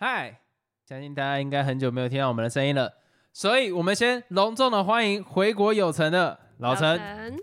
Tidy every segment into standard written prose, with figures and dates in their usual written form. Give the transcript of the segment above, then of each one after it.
嗨，相信大家应该很久没有听到我们的声音了，所以我们先隆重的欢迎回国有成的老陈。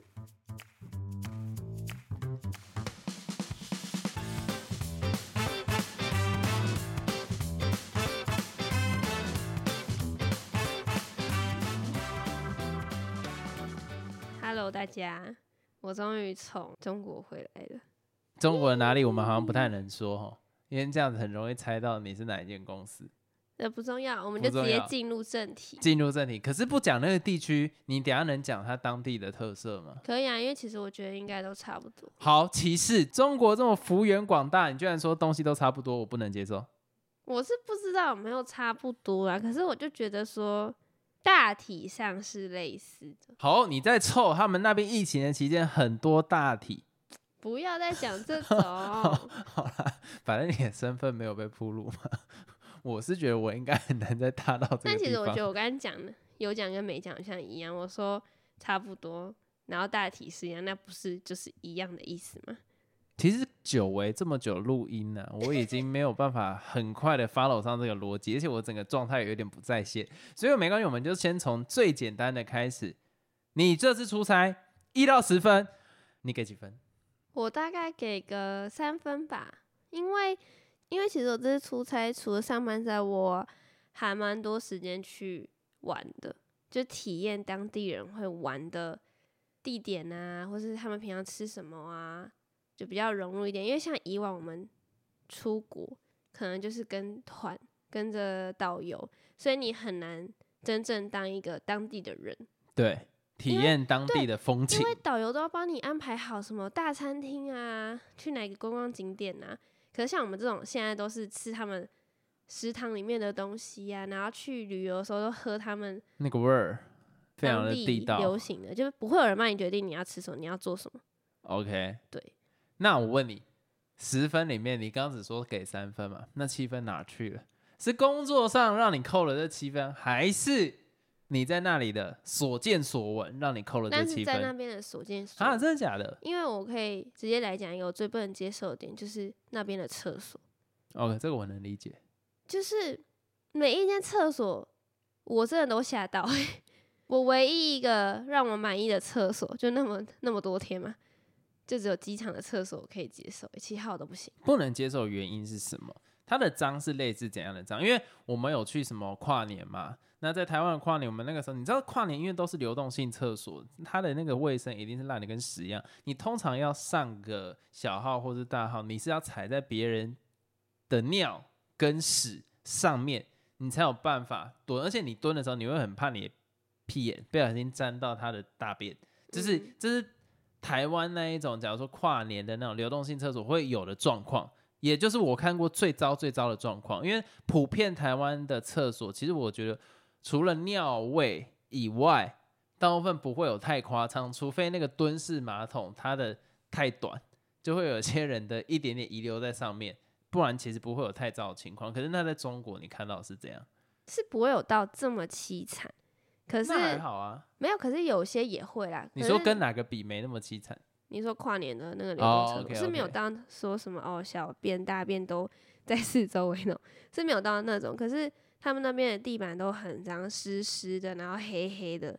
Hello， 大家，我终于从中国回来了。 中国的哪里我们好像不太能说齁，因为这样子很容易猜到你是哪一间公司。 不重要，我们就直接进入正题。 可是不讲那个地区，你等一下能讲它当地的特色吗？ 可以啊，因为其实我觉得应该都差不多。 好，歧视中国这么幅员广大，你居然说东西都差不多，我不能接受。 我是不知道有没有差不多啦，可是我就觉得说大体上是类似的。 好，你在凑他们那边疫情的期间很多大体。 不要再讲这种。 好啦，反正你的身份没有被暴露嘛。我是觉得我应该很难再踏到这个地方。 但其实我觉得我刚才讲的有讲跟没讲像一样，我说差不多，然后大体是一样，那不是就是一样的意思吗？ 其实久违这么久录音呢、我已经没有办法很快的 follow 上这个逻辑，而且我整个状态有点不在线，所以没关系，我们就先从最简单的开始。你这次出差1到10分，你给几分？ 我大概给个3分吧，因为其实我这次出差除了上班之外，我还蛮多时间去玩的，就体验当地人会玩的地点啊，或是他们平常吃什么啊，就比较融入一点。因为像以往我们出国，可能就是跟团跟着导游，所以你很难真正当一个当地的人。 对，体验当地的风情， 因为导游都要帮你安排好什么大餐厅啊，去哪个观光景点啊。可是像我们这种现在都是吃他们食堂里面的东西啊，然后去旅游的时候都喝他们那个味儿非常的地道， 流行的，就是不会有人帮你决定你要吃什么，你要做什么。 OK， 对。 那我问你，10分里面你刚刚只说给3分嘛？那7分哪去了？是工作上让你扣了这7分，还是你在那里的所见所闻让你扣了这7分？ 但是在那边的所见所闻啊，真的假的？ 因为我可以直接来讲一个我最不能接受的点，就是那边的厕所。 OK， 这个我能理解。 就是每一间厕所，我真的都吓到。我唯一一个让我满意的厕所，就那么多天嘛，就只有机场的厕所我可以接受，其他我都不行。 不能接受的原因是什么？它的脏是类似怎样的脏？因为我们有去什么跨年嘛，那在台湾的跨年，我们那个时候你知道跨年因为都是流动性厕所，它的那个卫生一定是烂的跟屎一样。你通常要上个小号或是大号，你是要踩在别人的尿跟屎上面，你才有办法蹲，而且你蹲的时候，你会很怕你的屁眼不小心沾到他的大便，这是台湾那一种，假如说跨年的那种流动性厕所会有的状况，也就是我看过最糟的状况。因为普遍台湾的厕所，其实我觉得除了尿味以外，大部分不会有太夸张，除非那个蹲式马桶它的太短，就会有些人的一点点遗留在上面。不然其实不会有太糟的情况，可是那在中国你看到的是这样， 是不会有到这么凄惨，可是那还好啊， 没有，可是有些也会啦。 你说跟哪个比没那么凄惨？ 你说跨年的那个流动厕所、 okay, 是没有到说什么小便大便都在四周围那种，是没有到那种。可是他们那边的地板都很脏，湿湿的，然后黑黑的。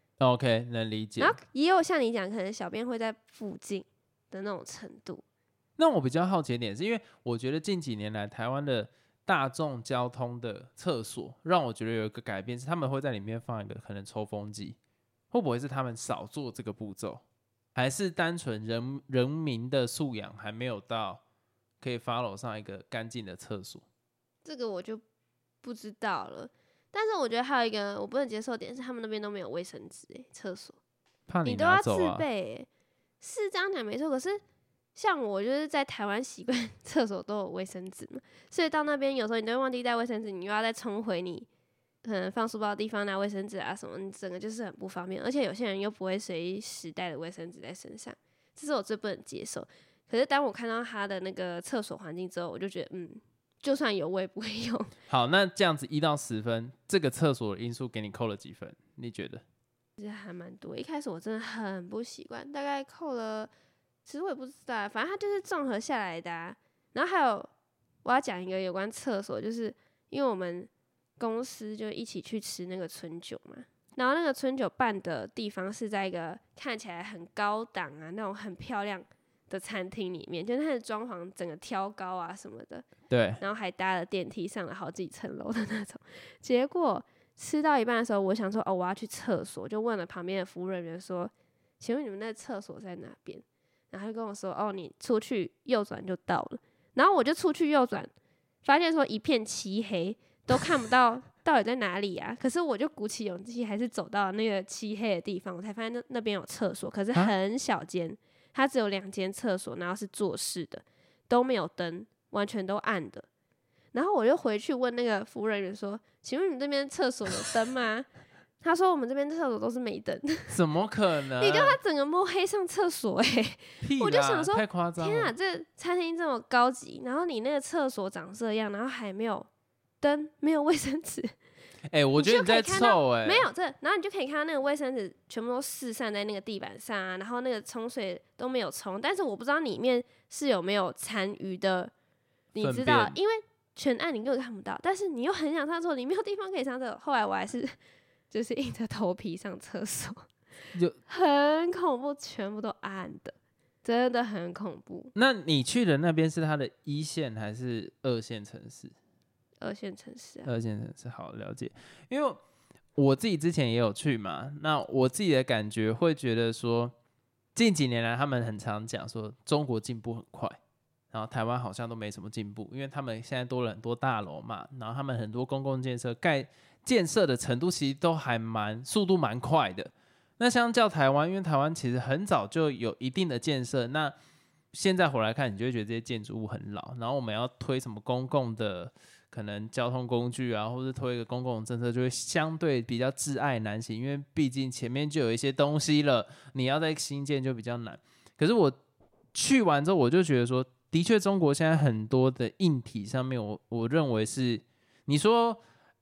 OK， 能理解。 然后也有像你讲，可能小便会在附近的那种程度。 那我比较好奇的点是因为我觉得近几年来台湾的大众交通的厕所让我觉得有一个改变是他们会在里面放一个可能抽风机，会不会是他们少做这个步骤，还是单纯人民的素养还没有到可以 follow 上一个干净的厕所？ 这个我就不知道了。但是我觉得还有一个我不能接受的点是他们那边都没有卫生纸厕所怕你都要自拿走啊。 备是这样讲没错，可是像我就是在台湾习惯厕所都有卫生纸嘛，所以到那边有时候你都会忘记带卫生纸，你又要再冲回你可能放书包的地方拿卫生纸啊什么，你整个就是很不方便。而且有些人又不会随时带的卫生纸在身上，这是我最不能接受。可是当我看到他的那个厕所环境之后，我就觉得就算有我也不会用。 好，那这样子1到10分，这个厕所的因素给你扣了几分？你觉得？ 其实还蛮多，一开始我真的很不习惯，大概扣了，其实我也不知道，反正它就是综合下来的然后还有我要讲一个有关厕所，就是因为我们公司就一起去吃那个春酒嘛，然后那个春酒办的地方是在一个看起来很高档啊那种很漂亮的餐厅里面，就是它的装潢整个挑高啊什么的， 对， 然后还搭了电梯上了好几层楼的那种。结果吃到一半的时候，我想说我要去厕所，就问了旁边的服务人员说：“请问你们那厕所在哪边？”然后他就跟我说：“你出去右转就到了。”然后我就出去右转，发现说一片漆黑，都看不到到底在哪里啊。可是我就鼓起勇气，还是走到那个漆黑的地方，我才发现那边有厕所，可是很小间，它只有2间厕所，然后是坐式的，都没有灯，完全都暗的。然后我就回去问那个服务人员说：“请问你们这边厕所有灯吗？”他说：“我们这边厕所都是没灯。” 怎么可能？ 你叫他整个摸黑上厕所我就想说， 太夸张了！ 天啊，这餐厅这么高级，然后你那个厕所长这样，然后还没有灯，没有卫生纸。 我觉得你在臭没有这，然后你就可以看到那个卫生纸全部都四散在那个地板上啊，然后那个冲水都没有冲，但是我不知道里面是有没有残余的，你知道，因为全暗你根本看不到，但是你又很想上厕所，你没有地方可以上厕所。后来我还是就是硬着头皮上厕所，很恐怖，全部都暗的，真的很恐怖。 那你去的那边是它的1线还是2线城市 ？2线城市啊。 2线城市，好了解。因为我自己之前也有去嘛，那我自己的感觉会觉得说，近几年来他们很常讲说中国进步很快，然后台湾好像都没什么进步，因为他们现在多了很多大楼嘛，然后他们很多公共建设建设的程度其实都还速度蛮快的。那相较台湾，因为台湾其实很早就有一定的建设，那现在回来看，你就会觉得这些建筑物很老，然后我们要推什么公共的可能交通工具啊，或是推一个公共的政策，就会相对比较窒碍难行，因为毕竟前面就有一些东西了，你要再新建就比较难。可是我去完之后，我就觉得说，的确中国现在很多的硬体上面，我认为是你说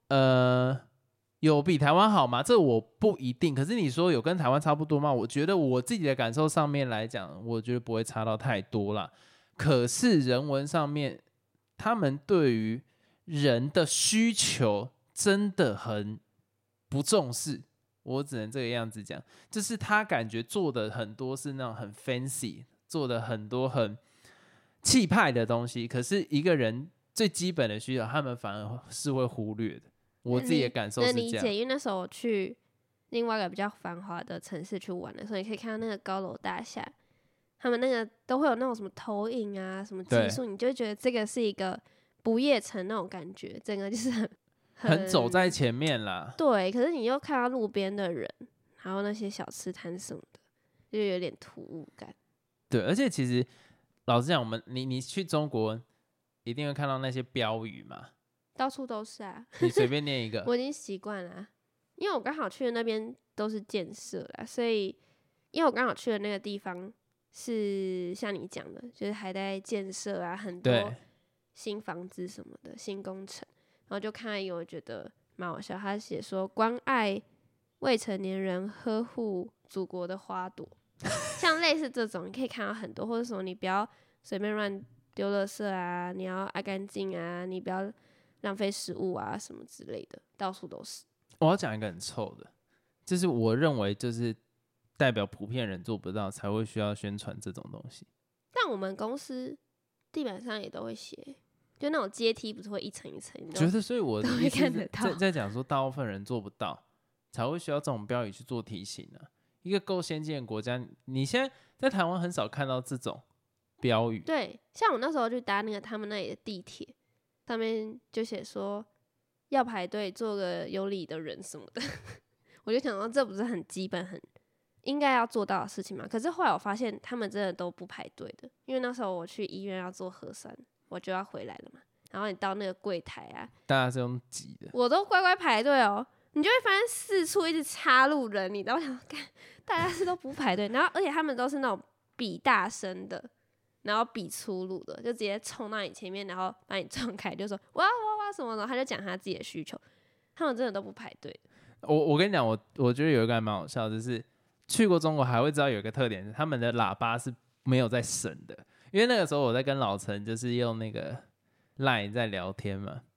有比台湾好吗？这我不一定。可是你说有跟台湾差不多吗？我觉得我自己的感受上面来讲，我觉得不会差到太多啦。可是人文上面，他们对于人的需求真的很不重视，我只能这个样子讲，就是他感觉做的很多是那种很 fancy， 做的很多很气派的东西，可是一个人最基本的需求，他们反而是会忽略的。我自己的感受是这样。 能理解，因为那时候我去另外一个比较繁华的城市去玩的时候，你可以看到那个高楼大厦，他们那个都会有那种什么投影啊，什么技术，你就会觉得这个是一个不夜城那种感觉，整个就是很走在前面啦。 对，可是你又看到路边的人，还有那些小吃摊什么的，就有点突兀感。 对，而且其实老实讲，你去中国一定会看到那些标语嘛。 到处都是啊， 你随便念一个。 我已经习惯了，因为我刚好去的那边都是建设啦，所以因为我刚好去的那个地方是像你讲的，就是还在建设啊，很多新房子什么的新工程，然后就看到一个我觉得蛮好笑，他写说关爱未成年人，呵护祖国的花朵，像类似这种你可以看到很多，或者什么你不要随便乱丢垃圾啊，你要爱干净啊，你不要浪费食物啊什么之类的，到处都是。 我要讲一个很臭的，就是我认为就是代表普遍人做不到，才会需要宣传这种东西。 但我们公司地板上也都会写，就那种阶梯不是会一层一层， 觉得所以我的意思是在讲说，大部分人做不到，才会需要这种标语去做提醒啊。一个够先进的国家，你现在在台湾很少看到这种标语。 对，像我那时候去搭那个他们那里的地铁，上面就写说要排队，做个有礼的人什么的。我就想到这不是很基本、很应该要做到的事情吗？可是后来我发现他们真的都不排队的，因为那时候我去医院要做核酸，我就要回来了嘛。然后你到那个柜台啊， 大家是用挤的， 我都乖乖排队哦。你就会发现四处一直插路人，你知道我想看大家是都不排队，然后而且他们都是那种比大声的，然后比粗鲁的，就直接冲到你前面，然后把你撞开，就说哇哇哇什么的，他就讲他自己的需求，他们真的都不排队。 我跟你讲，我觉得有一个还蛮好笑的，就是去过中国还会知道有一个特点，是他们的喇叭是没有在省的。因为那个时候我在跟老陈就是用那个 LINE 在聊天嘛，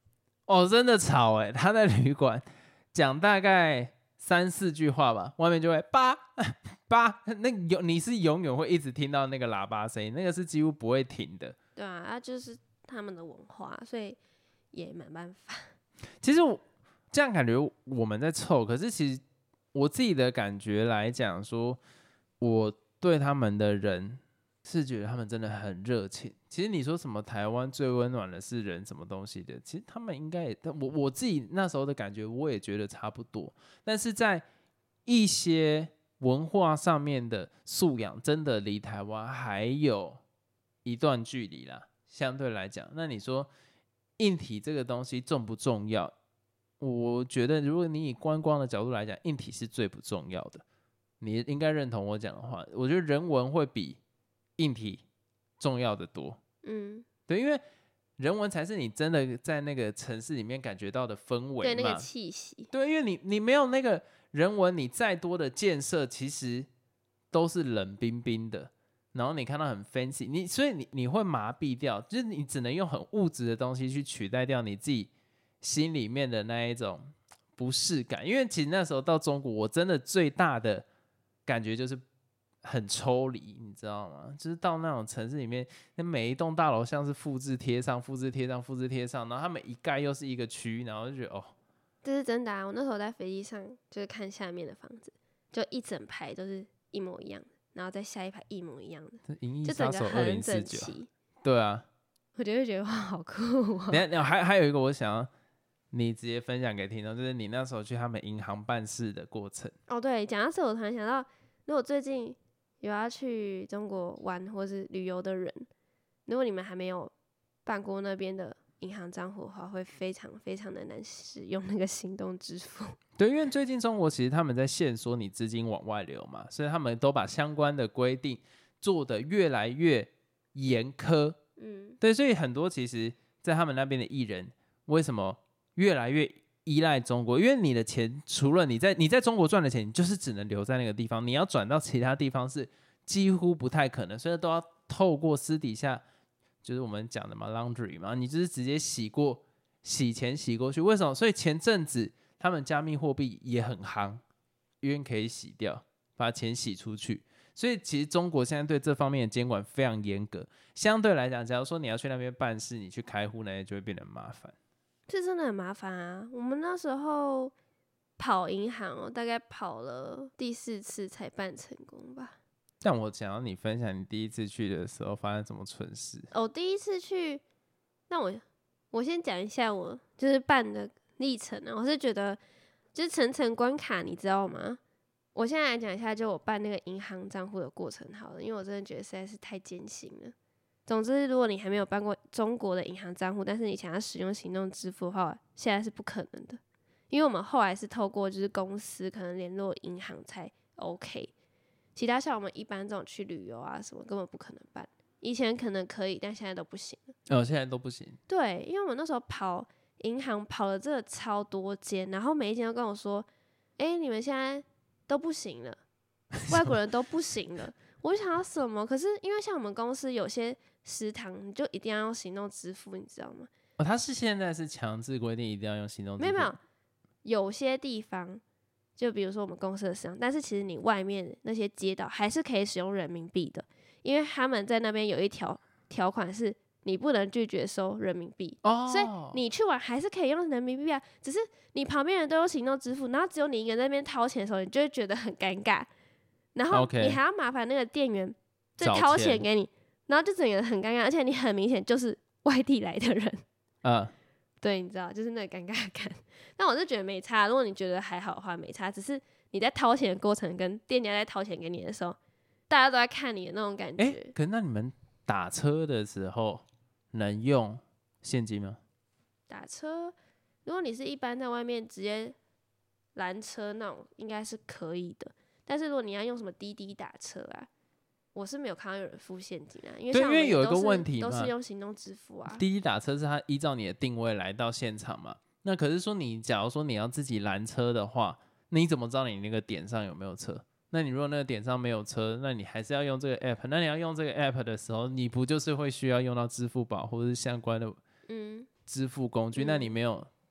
哦，真的吵哎！他在旅馆讲大概3-4句话吧，外面就会叭叭，你是永远会一直听到那个喇叭声音，那个是几乎不会停的。 对啊，就是他们的文化，所以也没办法。 其实这样感觉我们在凑，可是其实我自己的感觉来讲说，我对他们的人是觉得他们真的很热情。其实你说什么台湾最温暖的是人什么东西的，其实他们应该也，我自己那时候的感觉，我也觉得差不多。但是在一些文化上面的素养，真的离台湾还有一段距离啦。相对来讲，那你说硬体这个东西重不重要？我觉得如果你以观光的角度来讲，硬体是最不重要的。你应该认同我讲的话，我觉得人文会比硬体重要的多。对，因为人文才是你真的在那个城市里面感觉到的氛围嘛， 对，那个气息。 对，因为你没有那个人文，你再多的建设其实都是冷冰冰的。然后你看到很 fancy， 所以你会麻痹掉，就是你只能用很物质的东西去取代掉你自己心里面的那一种不适感。因为其实那时候到中国，我真的最大的感觉就是很抽离，你知道吗？就是到那种城市里面，那每一栋大楼像是复制贴上、复制贴上、复制贴上，然后他们一盖又是一个区，然后就觉得哦， 这是真的啊！我那时候在飞机上就是看下面的房子，就一整排都是一模一样的，然后再下一排一模一样的， 这《银翼就杀手整个很 2049》 整齐。 对啊， 我就会觉得哇，好酷哦！ 还有一个我想要你直接分享给听众，就是你那时候去他们银行办事的过程。 哦，对，讲到这，我突然想到，如果最近有要去中国玩或是旅游的人，如果你们还没有办过那边的银行账户的话，会非常非常的难使用那个行动支付。 对，因为最近中国其实他们在限缩你资金往外流嘛，所以他们都把相关的规定做得越来越严苛。对，所以很多其实在他们那边的艺人，为什么越来越依赖中国？因为你的钱除了你在中国赚的钱，你就是只能留在那个地方，你要转到其他地方是几乎不太可能，所以都要透过私底下，就是我们讲的嘛 ，laundry 嘛，你就是直接洗钱洗过去。为什么？所以前阵子他们加密货币也很夯，因为可以洗掉，把钱洗出去。所以其实中国现在对这方面的监管非常严格。相对来讲，假如说你要去那边办事，你去开户那些就会变得很麻烦。 这真的很麻烦啊！我们那时候跑银行大概跑了第4次才办成功吧。 但我想要你分享你第一次去的时候发生什么蠢事。 第一次去，那我先讲一下我就是办的历程啊。我是觉得就是层层关卡，你知道吗？我现在来讲一下，就我办那个银行账户的过程好了，因为我真的觉得实在是太艰辛了。总之，如果你还没有办过中国的银行账户，但是你想要使用行动支付的话，现在是不可能的，因为我们后来是透过就是公司可能联络银行才 OK， 其他像我们一般这种去旅游啊什么根本不可能办。以前可能可以，但现在都不行了。 现在都不行。 对，因为我那时候跑银行跑了这超多间，然后每一间都跟我说：“你们现在都不行了，外国人都不行了。”我就想要什么？可是因为像我们公司有些食堂，你就一定要用行动支付，你知道吗？ 他是现在是强制规定一定要用行动支付？ 没有，有些地方，就比如说我们公司的食堂，但是其实你外面那些街道还是可以使用人民币的，因为他们在那边有一条款是你不能拒绝收人民币，所以你去玩还是可以用人民币啊。只是你旁边人都用行动支付，然后只有你一个人在那边掏钱的时候，你就会觉得很尴尬。然后你还要麻烦那个店员再掏钱给你，然后就整个很尴尬，而且你很明显就是外地来的人，对，你知道，就是那个尴尬感。但我是觉得没差，如果你觉得还好的话没差，只是你在掏钱的过程跟店家在掏钱给你的时候，大家都在看你的那种感觉。 可是那你们打车的时候能用现金吗？ 打车，如果你是一般在外面直接拦车那种，应该是可以的。但是如果你要用什么滴滴打车啊，我是没有看到有人付现金啊，因为像我们有一个问题都是用行动支付啊。 滴滴打车是他依照你的定位来到现场嘛？那可是说你假如说你要自己拦车的话，你怎么知道你那个点上有没有车？那你如果那个点上没有车，那你还是要用这个 app。那你要用这个 app 的时候，你不就是会需要用到支付宝或者是相关的支付工具？那你没有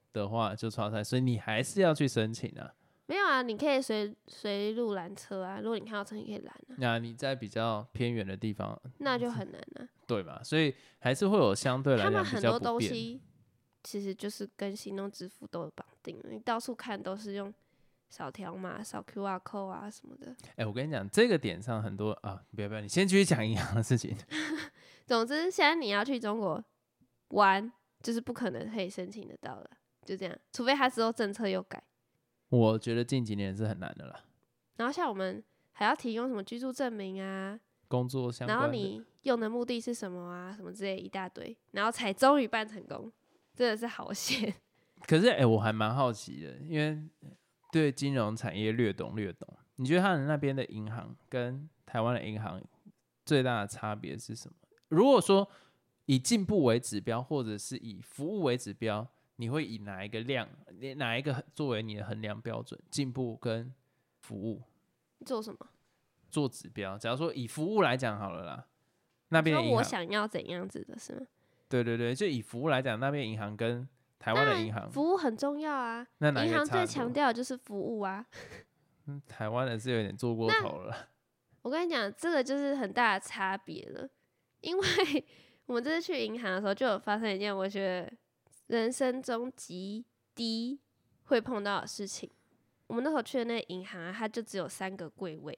的话就超赛，所以你还是要去申请啊。 没有啊，你可以随路拦车啊，如果你看到车，你可以拦啊。 那你在比较偏远的地方， 那就很难啊。 对嘛？所以还是会有相对来他讲比较们很多东不便。 西其实就是跟行动支付都有绑定，你到处看都是用扫条码、扫 QR code 啊什么的。 我跟你讲，这个点上很多啊，不要，你先继续讲银行的事情。 总之，现在你要去中国玩，就是不可能可以申请得到了，就这样，除非他之后政策又改。 我觉得近几年是很难的啦。 然后像我们还要提供什么居住证明啊， 工作相关的， 然后你用的目的是什么啊，什么之类一大堆，然后才终于办成功，真的是好险。 可是我还蛮好奇的，因为对金融产业略懂。你觉得他们那边的银行跟台湾的银行最大的差别是什么？如果说以进步为指标，或者是以服务为指标，你会以哪一个作为你的衡量标准？进步跟服务做什么？ 做指标。假如说以服务来讲好了啦，那边的银行， 说我想要怎样子的是吗？ 对，就以服务来讲，那边银行跟台湾的银行， 服务很重要啊。 那哪一银行最个差很多强调的就是服务啊。 台湾的是有点做过头了。 我跟你讲，这个就是很大的差别了。因为我们这次去银行的时候，就有发生一件我觉得人生中极低会碰到的事情。我们那时候去的那个银行啊，它就只有3个柜位。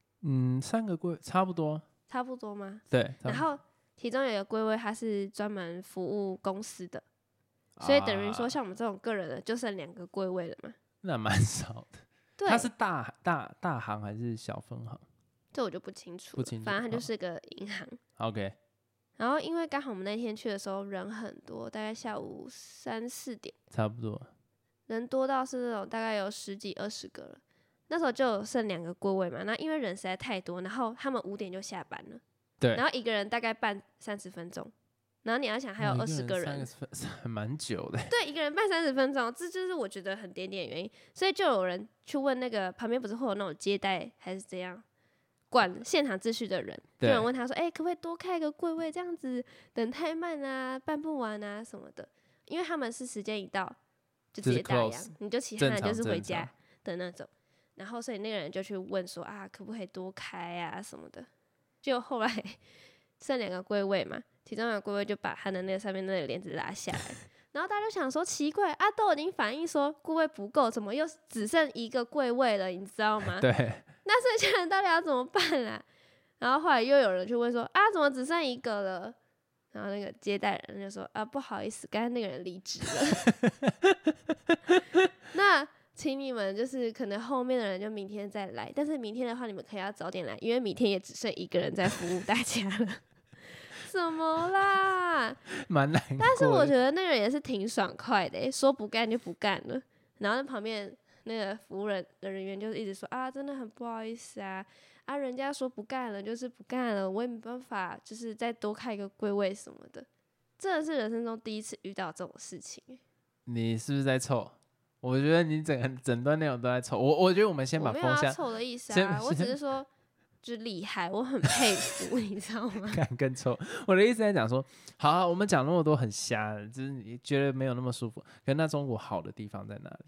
3个柜差不多。 差不多吗？ 对。 然后其中有一个柜位，它是专门服务公司的，所以等于说像我们这种个人的，就剩2个柜位了嘛。 那蛮少的。 对， 它是大行还是小分行？ 这我就不清楚了，反正它就是个银行。 OK。 然后因为刚好我们那天去的时候人很多，大概下午3、4点， 差不多。 人多到是那种大概有10几20个了。那时候就剩2个柜位嘛，那因为人实在太多，然后他们5点就下班了。 对。 然后一个人大概办30分钟，然后你要想还有20个人， 还蛮久的。 对，一个人办30分钟，这就是我觉得很点原因。所以就有人去问那个旁边不是会有那种接待还是怎样管现场秩序的人，就有人问他说：“可不可以多开一个柜位？这样子等太慢啊，办不完啊什么的。”因为他们是时间一到就直接打烊，你就其他人就是回家的那种。然后所以那个人就去问说：“可不可以多开啊什么的？”就后来剩2个柜位嘛，其中2个柜位就把他的那个上面那个帘子拉下来，然后大家就想说奇怪啊，都已经反映说柜位不够，怎么又只剩1个柜位了？你知道吗？ 对。 那剩下人到底要怎么办啊？然后后来又有人去问说怎么只剩1个了？然后那个接待人就说不好意思，刚才那个人离职了。那请你们就是可能后面的人就明天再来，但是明天的话你们可以要早点来，因为明天也只剩1个人在服务大家了。什么啦？ 蛮难过的。 但是我觉得那个人也是挺爽快的，说不干就不干了。然后在旁边那个服务人员就一直说真的很不好意思人家说不干了就是不干了，我也没办法，就是再多开一个柜位什么的。真的是人生中第一次遇到这种事情。 你是不是在凑？我觉得你整段内容都在凑。我觉得我们先把风向。 我没有要凑的意思我只是说就厉害，我很佩服，你知道吗？ 敢跟凑。我的意思在讲说，好我们讲那么多很瞎的，就是你觉得没有那么舒服。可是那中国好的地方在哪里？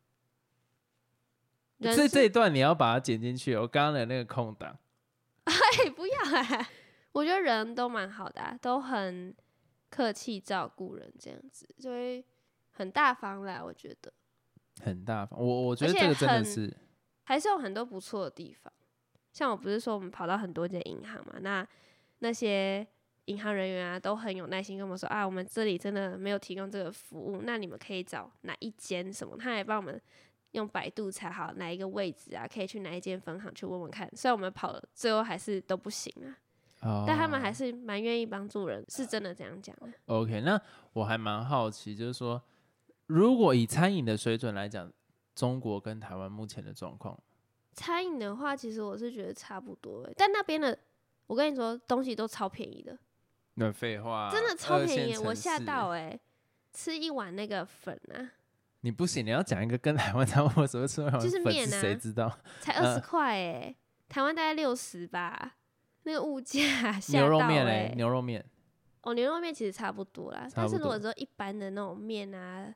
这一段你要把它剪进去。我刚刚的那个空档。 不要我觉得人都蛮好的都很客气照顾人，这样子就会很大方啦。我觉得很大方。我觉得这个真的是还是有很多不错的地方。像我不是说我们跑到很多间银行嘛，那些银行人员都很有耐心跟我们说我们这里真的没有提供这个服务，那你们可以找哪一间什么，他也帮我们用百度查好哪一个位置可以去哪一间分行去问问看。虽然我们跑了最后还是都不行但他们还是蛮愿意帮助人，是真的这样讲 OK， 那我还蛮好奇，就是说如果以餐饮的水准来讲，中国跟台湾目前的状况。 餐饮的话其实我是觉得差不多但那边的我跟你说东西都超便宜的。 那废话， 真的超便宜我吓到吃一碗那个粉你不行，你要讲一个跟台湾差不多什么吃碗就是面谁知道？ 才20块台湾大概60吧，那个物价吓到牛肉面牛肉面牛肉面其实差不多啦，但是如果说一般的那种面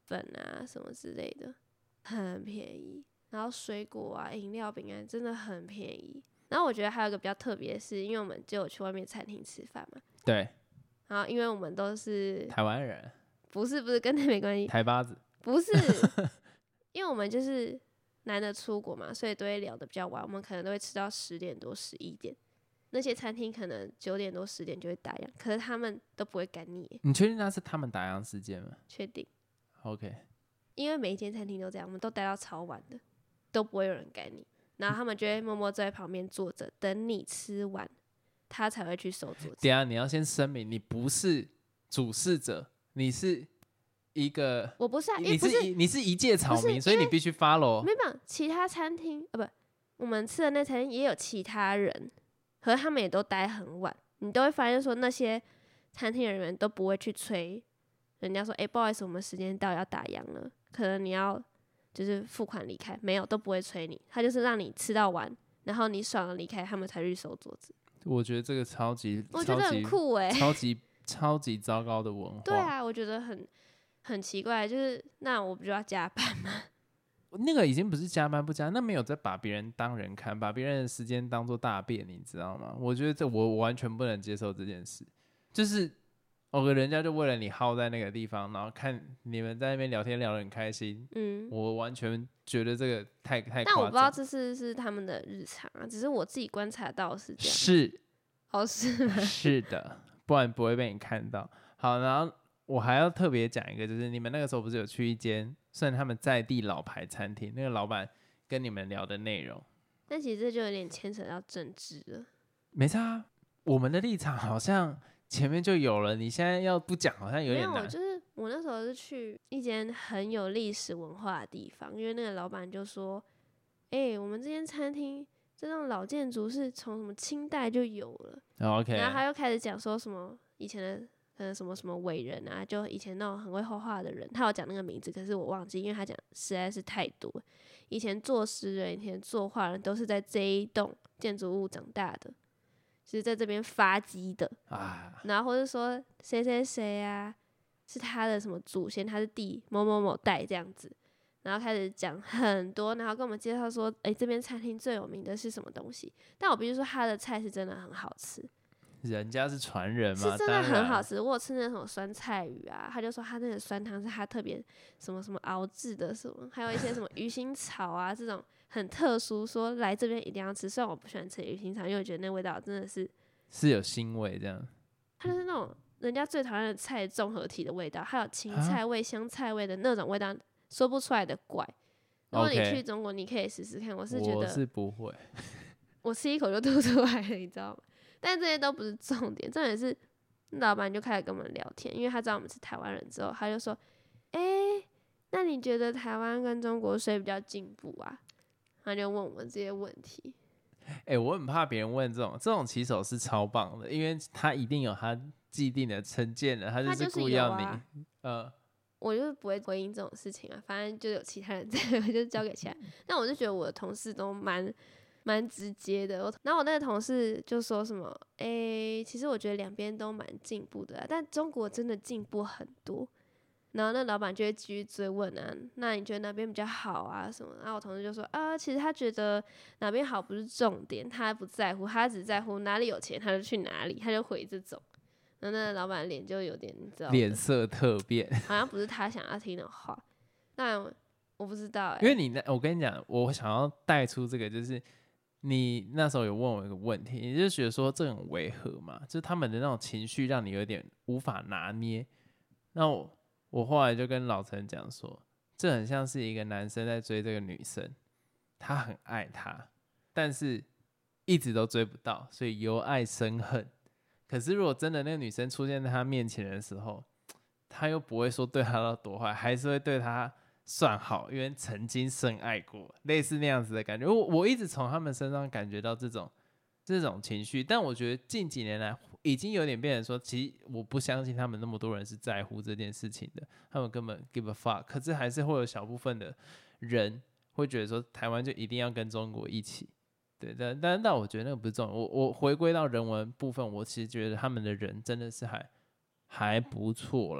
粉啊什么之类的，很便宜。然后水果啊、饮料、饼干真的很便宜。然后我觉得还有一个比较特别的是，因为我们就有去外面餐厅吃饭嘛， 对， 然后因为我们都是台湾人， 不是跟那没关系， 台巴子， 不是，因为我们就是难得出国嘛，所以都会聊得比较晚，我们可能都会吃到10点多、11点。那些餐厅可能9点多、10点就会打烊，可是他们都不会赶你。 你确定那是他们打烊时间吗确定？ ？OK， 因为每一间餐厅都这样，我们都待到超晚的，都不会有人赶你，然后他们就会默默坐在旁边坐着，等你吃完，他才会去收桌子。 等一下你要先声明，你不是主事者，你是一个， 我不是啊，因为你是一介草民，所以你必须 follow。 没有其他餐厅不，我们吃的那餐厅也有其他人，可是他们也都待很晚，你都会发现说那些餐厅的人员都不会去催人家说，不好意思，我们时间到要打烊了，可能你要就是付款离开，没有，都不会催你，他就是让你吃到完，然后你爽了离开，他们才去收桌子。 我觉得这个超级， 我觉得很酷超级糟糕的文化。 对啊，我觉得很奇怪，就是那我不就要加班吗？ 那个已经不是加班不加班，那没有在把别人当人看，把别人的时间当做大便，你知道吗？我觉得我完全不能接受这件事。就是人家就为了你耗在那个地方，然后看你们在那边聊天聊得很开心，我完全觉得这个太夸张。 但我不知道这是他们的日常啊，只是我自己观察到是这样。 是， 是吗？ 是的，不然不会被你看到。好，然后我还要特别讲一个，就是你们那个时候不是有去一间算他们在地老牌餐厅，那个老板跟你们聊的内容， 但其实这就有点牵扯到政治了。 没差啊，我们的立场好像前面就有了，你现在要不讲好像有点难。 没有，就是我那时候是去一间很有历史文化的地方，因为那个老板就说，我们这间餐厅这种老建筑是从什么清代就有了。 OK， 然后他又开始讲说什么以前的可能什么什么伟人啊，就以前那种很会画画的人，他有讲那个名字，可是我忘记，因为他讲实在是太多。以前做诗人、以前作画人都是在这一栋建筑物长大的，就是在这边发迹的啊。然后或者说谁谁谁啊，是他的什么祖先，他是第某某某代这样子。然后开始讲很多，然后跟我们介绍说，这边餐厅最有名的是什么东西？但我必须说，他的菜是真的很好吃。 人家是传人嘛， 是真的很好吃。我有吃那种酸菜鱼啊，他就说他那个酸汤是他特别什么什么熬制的什么，还有一些什么鱼腥草啊这种很特殊，说来这边一定要吃。虽然我不喜欢吃鱼腥草，因为我觉得那味道真的是有腥味这样。 它就是那种人家最讨厌的菜综合体的味道，还有芹菜味、香菜味的那种味道，说不出来的怪。如果你去中国，你可以试试看。我是觉得我是不会， 我吃一口就吐出来了，你知道吗？但这些都不是重点，重点是老板就开始跟我们聊天，因为他知道我们是台湾人之后，他就说：“那你觉得台湾跟中国谁比较进步啊？”他就问我们这些问题。 我很怕别人问这种骑手是超棒的，因为他一定有他既定的成见的，他就是故意要你。 我就是不会回应这种事情啊，反正就有其他人在，我就交给其他人。但我就觉得我的同事都蛮直接的。然后我那个同事就说什么，其实我觉得两边都蛮进步的，但中国真的进步很多。然后那老板就会继续追问啊，那你觉得哪边比较好啊什么？然后我同事就说其实他觉得哪边好不是重点，他不在乎，他只在乎哪里有钱他就去哪里，他就回这种。然后那老板脸就有点，你知道， 脸色特变， 好像不是他想要听的话。但我不知道因为我跟你讲，我想要带出这个，就是你那时候有问我一个问题，你就觉得说这很违和嘛，就是他们的那种情绪让你有点无法拿捏。那我后来就跟老陈讲说，这很像是一个男生在追这个女生，他很爱她，但是一直都追不到，所以由爱生恨。可是如果真的那个女生出现在他面前的时候，他又不会说对他到多坏，还是会对他算好，因为曾经深爱过，类似那样子的感觉。我一直从他们身上感觉到这种情绪，但我觉得近几年来已经有点变成说，其实我不相信他们那么多人是在乎这件事情的，他们根本 give a fuck。可是还是会有小部分的人会觉得说，台湾就一定要跟中国一起。对，但我觉得那个不是重点。我回归到人文部分，我其实觉得他们的人真的是还不错啦。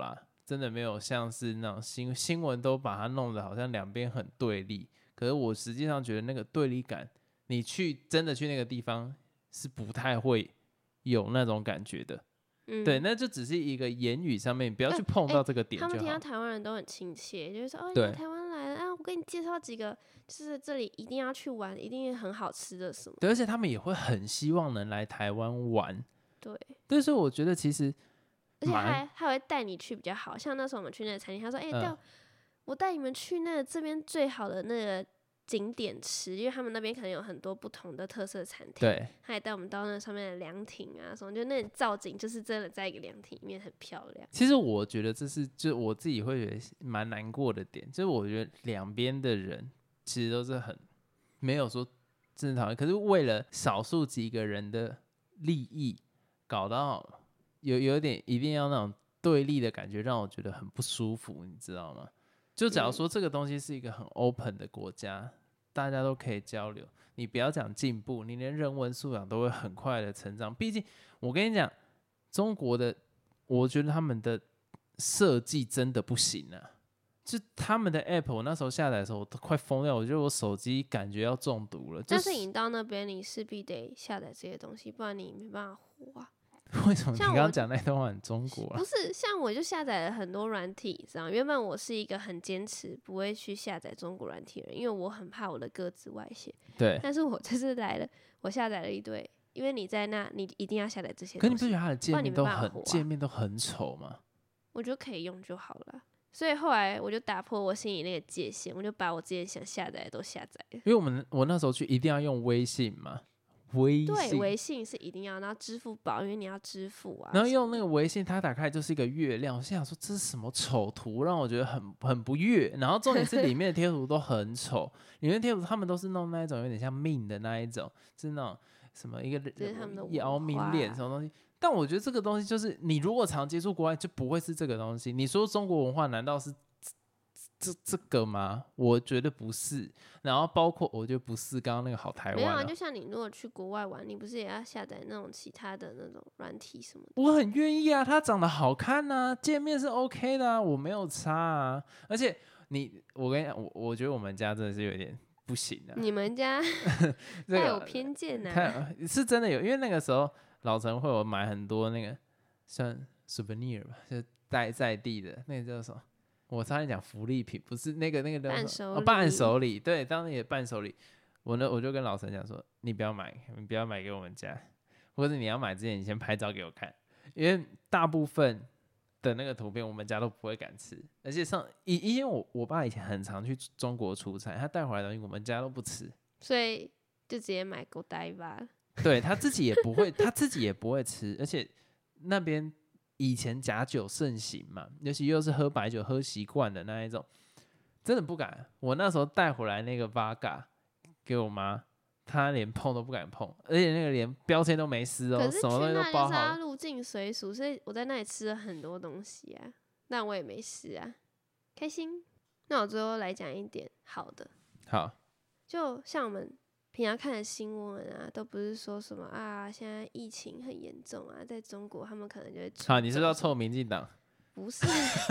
真的没有像是那种新闻都把它弄得好像两边很对立。可是我实际上觉得那个对立感，你真的去那个地方是不太会有那种感觉的。对，那就只是一个言语上面，不要去碰到这个点就好。 他们听到台湾人都很亲切，就是说你来台湾来了啊，我给你介绍几个，就是这里一定要去玩，一定很好吃的什么。 对，而且他们也会很希望能来台湾玩。 对， 所以我觉得其实， 而且还会带你去比较好，像那时候我们去那个餐厅，他说我带你们去那个这边最好的那个景点吃，因为他们那边可能有很多不同的特色餐厅。 对， 他也带我们到那上面的凉亭啊什么，就那种造景就是真的在一个凉亭里面很漂亮。 其实我觉得这是就我自己会觉得蛮难过的点，就是我觉得两边的人其实都是很没有说真的讨厌，可是为了少数几个人的利益，搞到有点一定要那种对立的感觉，让我觉得很不舒服，你知道吗？就假如说这个东西是一个很 open 的国家，大家都可以交流，你不要讲进步，你连人文素养都会很快的成长。毕竟我跟你讲，中国的，我觉得他们的设计真的不行啊。就他们的 app， 我那时候下载的时候，我都快疯掉，我觉得我手机感觉要中毒了。 但是你到那边，你势必得下载这些东西，不然你没办法活啊。 为什么你刚刚讲那段话很中国啊？ 不是，像我就下载了很多软体，这样。原本我是一个很坚持不会去下载中国软体的人，因为我很怕我的个子外泄。 对。 但是我这次来了，我下载了一堆，因为你在那，你一定要下载这些东西。 可你不觉得它的界面都啊、 很丑吗？ 我觉得可以用就好了。所以后来我就打破我心里那个界限，我就把我之前想下载的都下载了。 因为我那时候去一定要用微信嘛。 对，微信是一定要，然后支付宝，因为你要支付啊。 然后用那个微信，它打开就是一个月亮，我心想说这是什么丑图，让我觉得很不悦。然后重点是里面的贴图都很丑，里面贴图他们都是弄那一种有点像命的那一种，是那种什么一个姚明脸什么东西。但我觉得这个东西就是你如果常接触国外，就不会是这个东西。你说中国文化难道是这个吗？我觉得不是。然后包括我觉得不是刚刚那个好台湾、 没有啊，就像你如果去国外玩，你不是也要下载那种其他的那种软体什么的？ 我很愿意啊，它长得好看啊，界面是 OK 的啊，我没有差啊。而且我跟你讲，我觉得我们家真的是有点不行啊。 你们家太有偏见啊！ 是真的有，因为那个时候老陈会有买很多那个算 souvenir 吧，就在地的那个叫什么？我差点讲福利品，不是那个伴手礼，对，当年也伴手礼。我就跟老陈讲说，你不要买给我们家，或者你要买之前你先拍照给我看，因为大部分的那个图片我们家都不会敢吃，而且因为我爸以前很常去中国出差，他带回来的东西我们家都不吃， 所以就直接买狗呆吧。 对，他自己也不会吃，而且那边以前假酒盛行嘛，尤其又是喝白酒喝习惯的那一种，真的不敢。我那时候带回来那个 Vaga 给我妈，她连碰都不敢碰，而且那个连标签都没撕哦，什么东西都包好了。可是去那就是要入境随俗，所以我在那里吃了很多东西啊，但我也没事啊，开心。那我最后来讲一点好的。 好， 就像我们平常看的新闻啊，都不是说什么啊，现在疫情很严重啊，在中国他们可能就会好，你是不是要臭民进党？ 不是，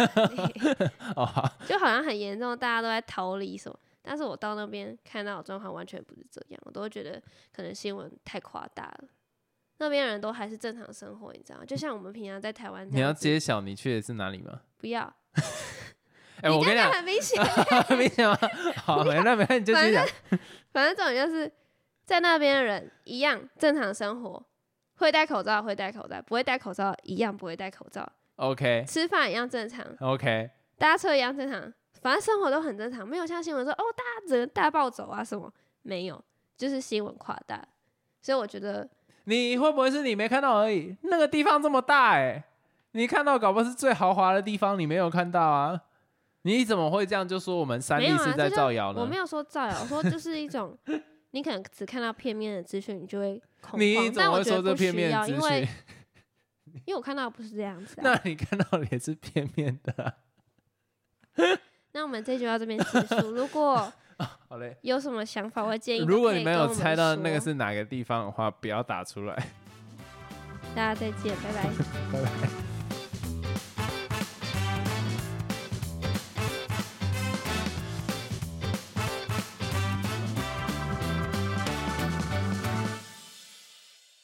就好像很严重，大家都在逃离什么。但是我到那边看到的状况完全不是这样，我都会觉得可能新闻太夸大了。那边人都还是正常生活，你知道吗？就像我们平常在台湾这样子。 你要揭晓你去的是哪里吗？ 不要。 我跟你讲， 很明显， 很明显吗？好，没那没，你就揭晓。 反正这种就是在那边的人一样正常生活，会戴口罩，不会戴口罩一样不会戴口罩。 OK。 吃饭一样正常。 OK。 搭车一样正常，反正生活都很正常，没有像新闻说大家整个大暴走啊什么，没有，就是新闻夸大。所以我觉得你会不会是你没看到而已？那个地方这么大你看到搞不好是最豪华的地方，你没有看到啊。你怎么会这样就说我们三立是在造谣呢？ 我没有说造谣，我说就是一种你可能只看到片面的资讯，你就会恐慌。 你怎么会说这片面的资讯？ 因为我看到的不是这样子那你看到的也是片面的啊。 那我们这集到这边结束。如果好嘞， 有什么想法或建议， 如果你没有猜到那个是哪个地方的话，不要打出来。 大家再见，拜拜。 拜拜。